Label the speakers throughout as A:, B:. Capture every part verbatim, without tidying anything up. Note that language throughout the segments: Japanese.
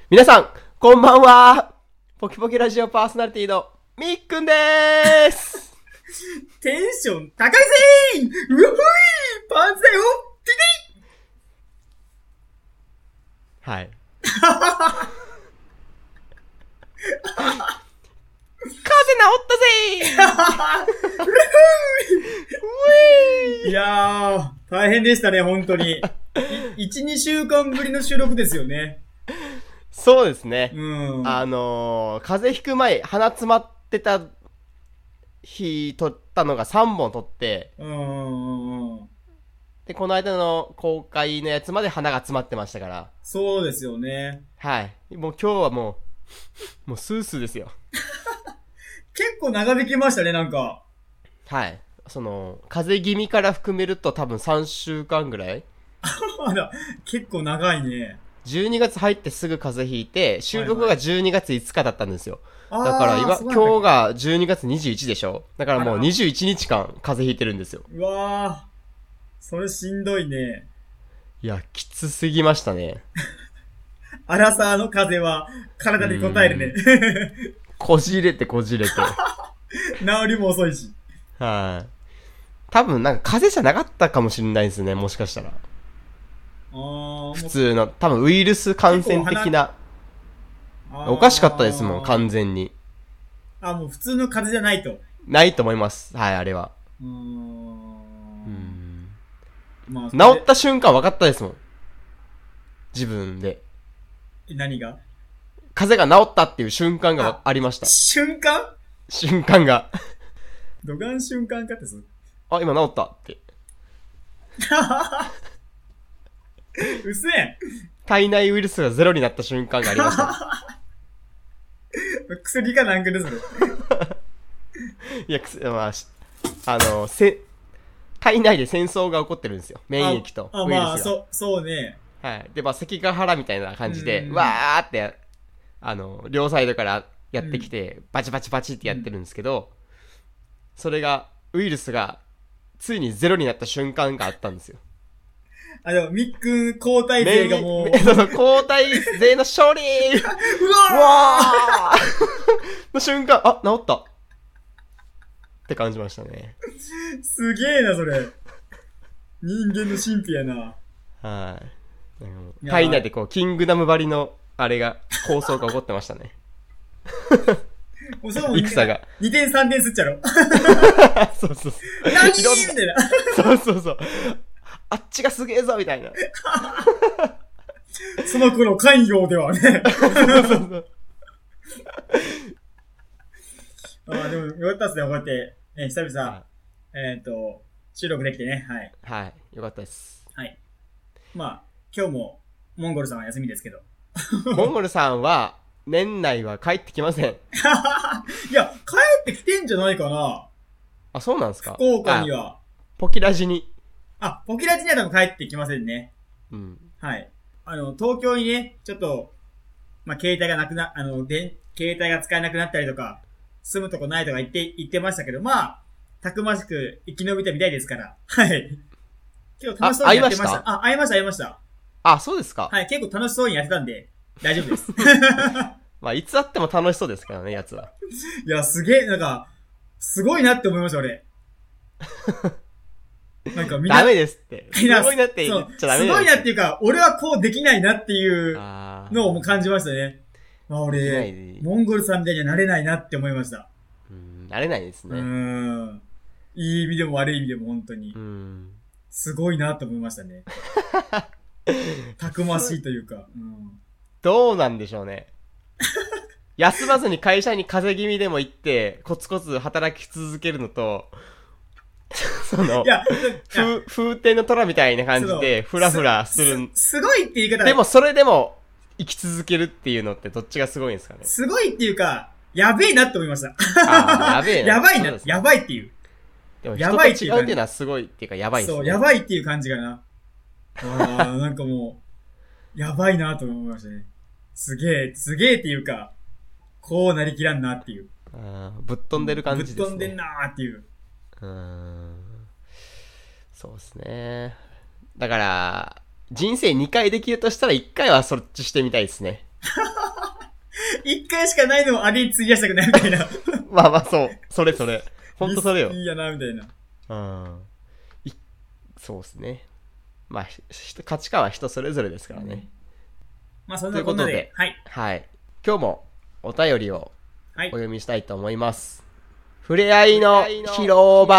A: 皆さん、こんばんは。ポキポキラジオパーソナリティのみっくんでーす。
B: テンション高いぜーうふいパンツだよピ
A: ピはい。風治ったぜー
B: ーいやー、大変でしたね、本当に。いち、にしゅうかんぶりの収録ですよね。
A: そうですね。
B: うん。
A: あのー、風邪ひく前、鼻詰まってた日撮ったのがさんぼん撮って、
B: うんうんうん。
A: で、この間の公開のやつまで鼻が詰まってましたから。
B: そうですよね。
A: はい。もう今日はもう、もうスースーですよ。
B: 結構長引きましたね、なんか。
A: はい。その、風邪気味から含めると多分さんしゅうかんぐらい
B: まだ、結構長いね。
A: じゅうにがつ入ってすぐ風邪ひいて、収録がじゅうにがついつかだったんですよ。
B: はいはい、
A: だから今、今日
B: が。
A: がじゅうにがつにじゅういちでしょ。だからもうにじゅういちにちかん風邪ひいてるんですよ。
B: うわー。それしんどいね。
A: いや、きつすぎましたね。
B: アラサーの風は体に応えるね。
A: こじれてこじれて。
B: 治りも遅いし。
A: はい。多分なんか風邪じゃなかったかもしれないですね、もしかしたら。
B: あ
A: 普通の、多分ウイルス感染的な。おかしかったですもん、完全に。
B: あ、もう普通の風邪じゃないと。
A: ないと思います。はい、あれは。
B: うーん。
A: うん
B: まあ、
A: 治った瞬間分かったですもん。自分で。
B: 何が
A: 風邪が治ったっていう瞬間がありました。
B: 瞬間
A: 瞬間が。
B: どがん瞬間かってす。
A: あ、今治ったって。
B: うせえ
A: 体内ウイルスがゼロになった瞬間がありました。
B: 薬かなんかでする。
A: いや、薬、まあ、あの、せ、体内で戦争が起こってるんですよ。免疫とウイルスが。
B: あ、まあ、そう、そうね。
A: はい。で、まあ、関ヶ原みたいな感じで、わーって、あの、両サイドからやってきて、うん、バチバチバチってやってるんですけど、うん、それが、ウイルスが、ついにゼロになった瞬間があったんですよ。
B: あ、でも、みっくん、交代勢がもう。
A: そうそう、交代勢の勝利うわーの瞬間、あ、治ったって感じましたね。
B: すげえな、それ。人間の神秘やな。
A: はい。体内でこう、キングダム張りの、あれが、構想が起こってましたね。
B: もうそう
A: 戦が。
B: にてんさんてんすっちゃろ。
A: そうそうそう。
B: 何みたいな。
A: そうそうそう。あっちがすげえぞみたいな。
B: その頃、関陽ではね。そうそうそう。ああ、でも、よかったっすね、こうやって、ね、久々、はい、えっ、ー、と、収録できてね、はい。
A: はい、よかったです。
B: はい。まあ、今日も、モンゴルさんは休みですけど。
A: モンゴルさんは、年内は帰ってきません。
B: いや、帰ってきてんじゃないかな。
A: あ、そうなんですか？
B: 福岡には。
A: ポキラジに。
B: あ、ポキラジには多分帰ってきませんね。
A: うん。
B: はい。あの、東京にね、ちょっと、まあ、携帯がなくな、あの、で、携帯が使えなくなったりとか、住むとこないとか言って、言ってましたけど、まあ、たくましく生き延びたみたいですから。はい。結構楽しそうにやってました。あ、会いました、会いました。
A: あ、そうですか。
B: はい、結構楽しそうにやってたんで、大丈夫です。
A: まあ、いつ会っても楽しそうですからね、やつは。
B: いや、すげえ、なんか、すごいなって思いました、俺。なんかみんな。
A: ダメですって。すごいなって言っちゃダメです。
B: すごいなっていうか、俺はこうできないなっていうのをもう感じましたね。まあ俺、モンゴルさんみたいにはなれないなって思いました。
A: うん、なれないですね。
B: うん。いい意味でも悪い意味でも本当に。うん。すごいなって思いましたね。たくましいというか。うん、
A: どうなんでしょうね。休まずに会社に風邪気味でも行って、コツコツ働き続けるのと、その、いや、風、風天の虎みたいな感じで、フラフラする
B: す。すごいって言い方
A: でもそれでも、生き続けるっていうのってどっちがすごいんですかね。
B: すごいっていうか、やべえなって思いました。
A: あやべえな。
B: やばいな、やばいっていう。
A: でも人と違うっていうのはすごいっていうか、やばいですね。
B: そう、やばいっていう感じがな。ああ、なんかもう、やばいなと思いましたね。すげえ、すげえっていうか、こうなりきらんなっていう。
A: あぶっ飛んでる感じですね。
B: ぶっ飛んでんなーっていう。
A: うーん。そうですね。だから、人生にかいできるとしたらいっかいはそっちしてみたいですね。
B: 一回しかないのをあれに費やしたくないみたいな。
A: まあまあそう。それそれ。ほんとそれよ。
B: いいやな、みたいな。
A: うん。いそうですね。まあ、価値観は人それぞれですからね。うん、
B: まあそんなことで。ということで、
A: はい。はい。今日もお便りをお読みしたいと思います。はい、ふれあいの広場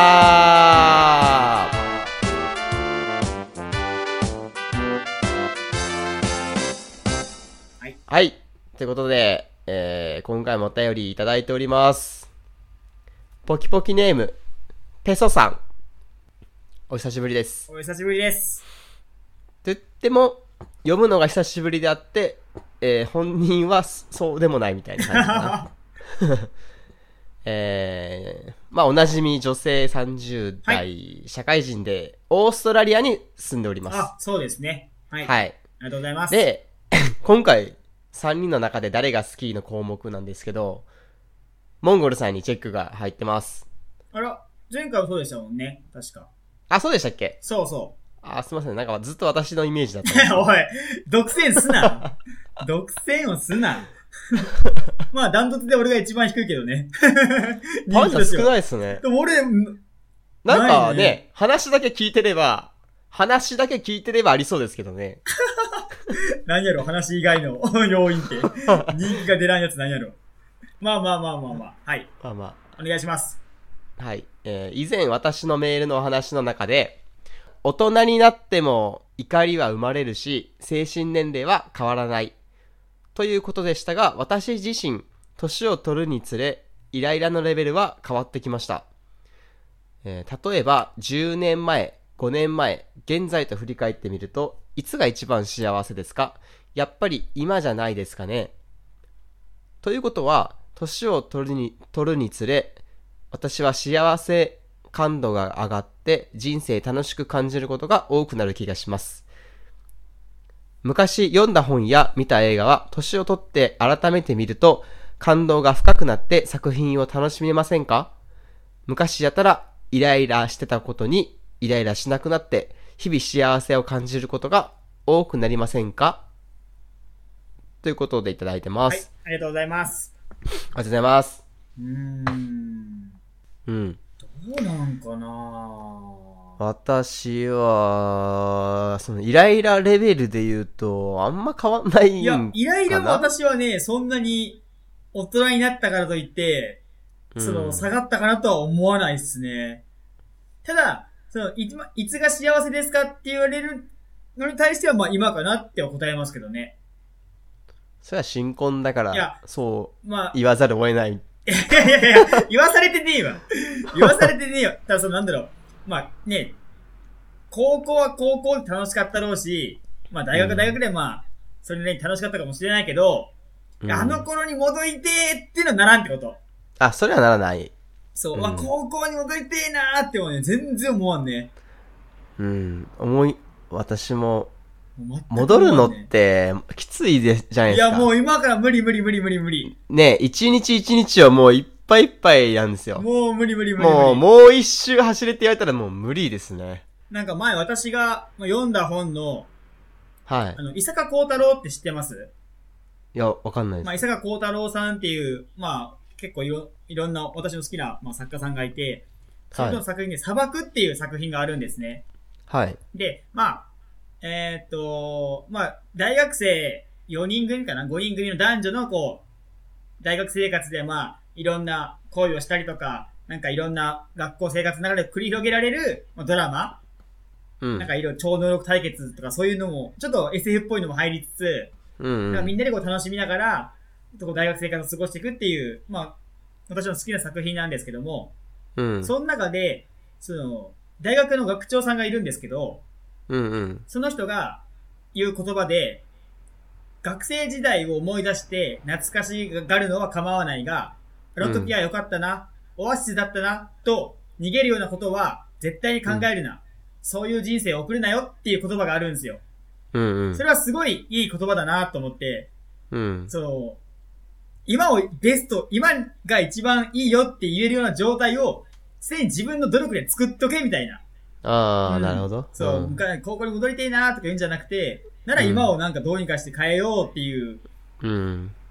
A: はい。はい。ということで、えー、今回もお便りいただいております。ポキポキネーム、ペソさん。お久しぶりです。
B: お久しぶりです。
A: と言っても、読むのが久しぶりであって、えー、本人はそうでもないみたいな感じかな。えー、まあおなじみ女性さんじゅう代、はい、社会人でオーストラリアに住んでおります。
B: あ、そうですね。はい。
A: はい。
B: ありがとうございます。
A: で、今回さんにんの中で誰が好きの項目なんですけど、モンゴルさんにチェックが入ってます。
B: あら、前回もそうでしたもんね。確か。
A: あ、そうでしたっけ？
B: そうそう。
A: あ、すいません。なんかずっと私のイメージだった。
B: おい、独占すな。独占をすな。まあ、ダントツで俺が一番低いけどね。
A: パンチ少ないっすね。
B: でも俺、
A: なんかね、ね話だけ聞いてれば、話だけ聞いてればありそうですけどね。
B: 何やろ、話以外の要因って。人気が出らんやつ何やろ。まあまあまあまあまあ。はい。
A: まあま
B: あ。お願いします。
A: はい。えー、以前私のメールのお話の中で、大人になっても怒りは生まれるし、精神年齢は変わらない。ということでしたが、私自身、年を取るにつれ、イライラのレベルは変わってきました。えー、例えば、じゅうねんまえ、ごねんまえ、現在と振り返ってみると、いつが一番幸せですか？やっぱり今じゃないですかね。ということは、年を取るに、取るにつれ、私は幸せ感度が上がって人生楽しく感じることが多くなる気がします。昔読んだ本や見た映画は年を取って改めて見ると感動が深くなって作品を楽しめませんか？昔やったらイライラしてたことにイライラしなくなって日々幸せを感じることが多くなりませんか？ということでいただいてます。
B: はい、ありがとうございます。
A: ありがとうございます。
B: うーん。
A: うん。
B: どうなんかな。
A: 私は、そのイライラレベルで言うと、あんま変わんないんかな。
B: いや、イライラも私はね、そんなに大人になったからといって、その、下がったかなとは思わないっすね。ただ、その、いつ、いつが幸せですかって言われるのに対しては、まあ今かなっては答えますけどね。
A: それは新婚だから、そう、まあ、言わざるを得ない。い
B: やいやいや、言わされてねえわ。言わされてねえよ。ただそのなんだろう。まあね、高校は高校で楽しかったろうし、まあ大学は大学でまあ、それなりに楽しかったかもしれないけど、うん、あの頃に戻りてーっていうのはならんってこと。
A: あ、それはならない。
B: そう、うん、まあ高校に戻りてーなーってもね、全然思わんね。
A: うん、思い、私も、戻るのってきついでじゃないですか。
B: いやもう今から無理無理無理無理無理。
A: ねえ、一日一日はもういっぱいいっぱいなんですよ。
B: もう無理無理無理無理。
A: もう、もう一周走れって言われたらもう無理ですね。
B: なんか前私が読んだ本の、
A: はい。
B: あの、伊坂幸太郎って知ってます？
A: いや、わかんないです。
B: まあ、伊坂幸太郎さんっていう、まあ、結構いろ、いろんな私の好きな、まあ、作家さんがいて、その作品で砂漠っていう作品があるんですね。
A: はい。
B: で、まあ、えー、っと、まあ、大学生よにん組かな ?ご 人組の男女のこう、大学生活でまあ、いろんな恋をしたりとか、なんかいろんな学校生活の中で繰り広げられる、まあ、ドラマ、うん、なんかいろいろ超能力対決とかそういうのも、ちょっと エスエフ っぽいのも入りつつ、うんうん、なんかみんなでこう楽しみながら、大学生活を過ごしていくっていう、まあ、私の好きな作品なんですけども、うん、その中で、その、大学の学長さんがいるんですけど、
A: うんうん、
B: その人が言う言葉で、学生時代を思い出して懐かしがるのは構わないが、あの時は良かったな、うん、オアシスだったな、と逃げるようなことは絶対に考えるな、うん、そういう人生を送るなよっていう言葉があるんですよ。
A: うんうん、
B: それはすごいいい言葉だなと思って、
A: うん、
B: そう、今をベスト、今が一番いいよって言えるような状態を、すでに自分の努力で作っとけみたいな。
A: ああ、うん、なるほど。
B: そう、うん、高校に戻りたいなとか言うんじゃなくて、なら今をなんかどうにかして変えようっていう、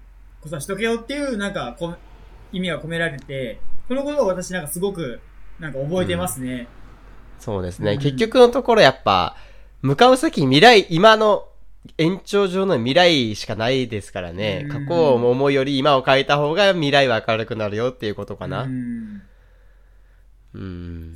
B: こそはしとけよっていう、なんかこ、意味が込められてて、このことを私なんかすごく、なんか覚えてますね。うん、
A: そうですね、うん。結局のところやっぱ、向かう先未来、今の延長上の未来しかないですからね。うん、過去を思うより今を変えた方が未来は明るくなるよっていうことかな。うん。
B: うん、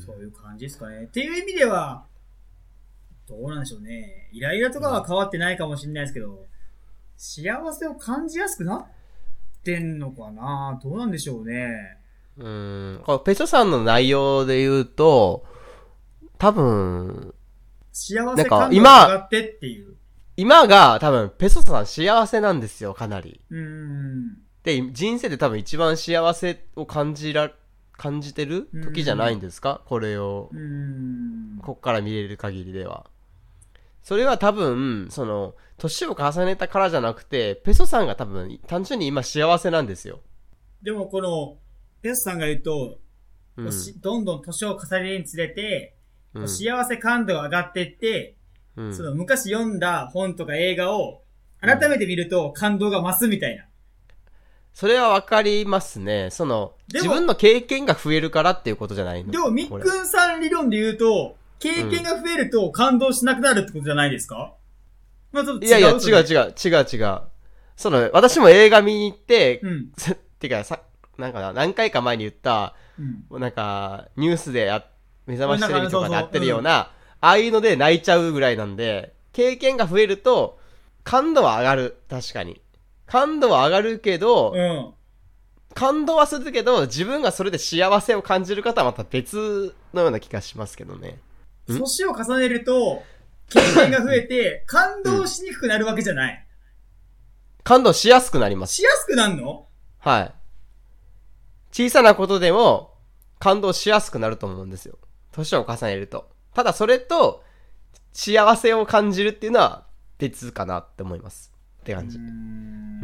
B: そういう感じですかね。っていう意味では、どうなんでしょうね。イライラとかは変わってないかもしれないですけど、うん、幸せを感じやすくなってんのかな？どうなんでしょうね。
A: うーん。このペソさんの内容で言うと、多分、
B: 幸せ感が上がってっていう。
A: 今が多分ペソさん幸せなんですよ、かなり。
B: うーん。
A: で、人生で多分一番幸せを感じら、感じてる時じゃないんですか？これを。
B: うーん。
A: こっから見れる限りでは。それは多分、その、年を重ねたからじゃなくて、ペソさんが多分、単純に今幸せなんですよ。
B: でもこの、ペソさんが言うと、うん、どんどん年を重ねるにつれて、うん、幸せ感度が上がっていって、うん、その昔読んだ本とか映画を改めて見ると感動が増すみたいな。
A: それはわかりますね。その、自分の経験が増えるからっていうことじゃないの？
B: でも、みっくんさん理論で言うと、経験が増えると感動しなくなるってことじゃないですか？うん、まあちょっと違う。いやいや、違う
A: 違う、違う違う。その、私も映画見に行って、うん、てかさ、なんか何回か前に言った、うん、なんか、ニュースでや、目覚ましテレビとかでやってるような、ああいうので泣いちゃうぐらいなんで、経験が増えると、感度は上がる。確かに。感度は上がるけど、うん、感動はするけど、自分がそれで幸せを感じる方はまた別のような気がしますけどね。
B: 年を重ねると、経験が増えて、感動しにくくなるわけじゃない。
A: うん、感動しやすくなります。
B: しやすくなるの？
A: はい。小さなことでも、感動しやすくなると思うんですよ。年を重ねると。ただそれと、幸せを感じるっていうのは別かなって思います。って感じ。うーん。うん。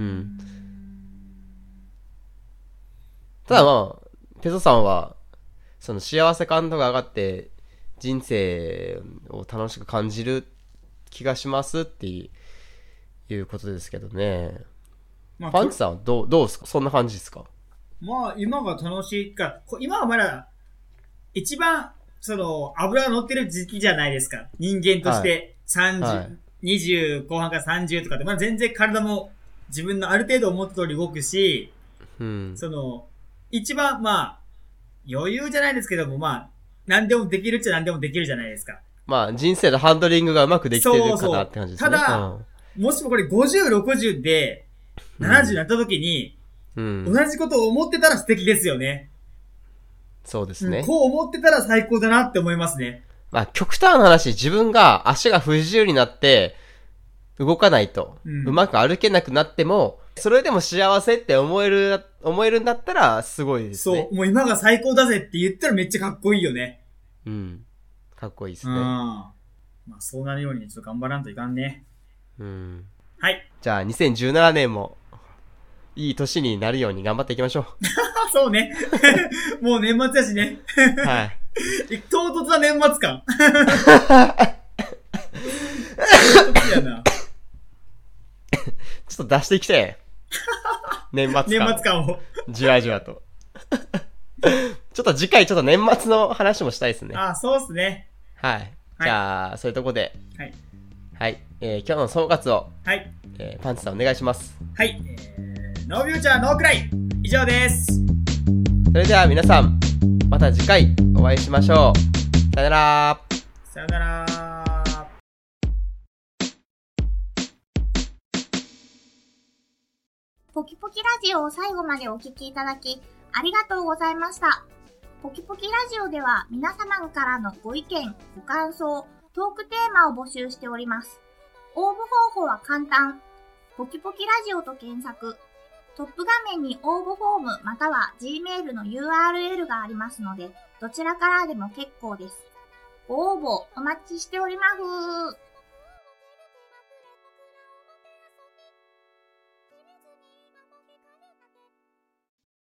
A: ただまあ、ペソさんは、その幸せ感度が上がって、人生を楽しく感じる気がしますっていうことですけどね。まあ、パンチさんはどう、どうですか？そんな感じですか？
B: まあ、今が楽しいか、今はまだ、一番、その、油が乗ってる時期じゃないですか。人間として、さんじゅう、はい、にじゅう後半からさんじゅうとかで、まあ全然体も自分のある程度思った通り動くし、うん、その、一番、まあ、余裕じゃないですけども、まあ、何でもできるっちゃ何でもできるじゃないですか。
A: まあ、人生のハンドリングがうまくできてるかなって感じですね。
B: ただ、うん、もしもこれごじゅう、ろくじゅうで、ななじゅうになった時に、うん、同じことを思ってたら素敵ですよね。
A: そうですね、
B: うん。こう思ってたら最高だなって思いますね。
A: まあ、極端な話、自分が足が不自由になって、動かないと、うん、うまく歩けなくなっても、それでも幸せって思える、思えるんだったら、すごいですね。
B: そう。もう今が最高だぜって言ったらめっちゃかっこいいよね。
A: うん。かっこいいですね。
B: うん。まあ、そうなるようにちょっと頑張らんといかんね。
A: うん。
B: はい。
A: じゃあ、にせんじゅうななねんも、いい年になるように頑張っていきましょう。
B: そうね。もう年末だしね。
A: はい。
B: 唐突な年末感。唐突やな。
A: ちょっと出してきて。年末感。
B: 年末感を。
A: じわじわと。ちょっと次回ちょっと年末の話もしたいですね。
B: ああ、そうっすね。
A: はい。じゃあ、はい、そういうとこで。
B: はい。
A: はい。えー、今日の総括を。
B: はい。
A: えー、パンチさんお願いします。
B: はい。えー、ノーフューチャーノークライ以上です。
A: それでは皆さん、また次回お会いしましょう。さよなら。
B: さよなら。
C: ポキポキラジオを最後までお聞きいただき、ありがとうございました。ポキポキラジオでは皆様からのご意見、ご感想、トークテーマを募集しております。応募方法は簡単。ポキポキラジオと検索。トップ画面に応募フォームまたは Gmail の ユーアールエル がありますので、どちらからでも結構です。ご応募お待ちしております。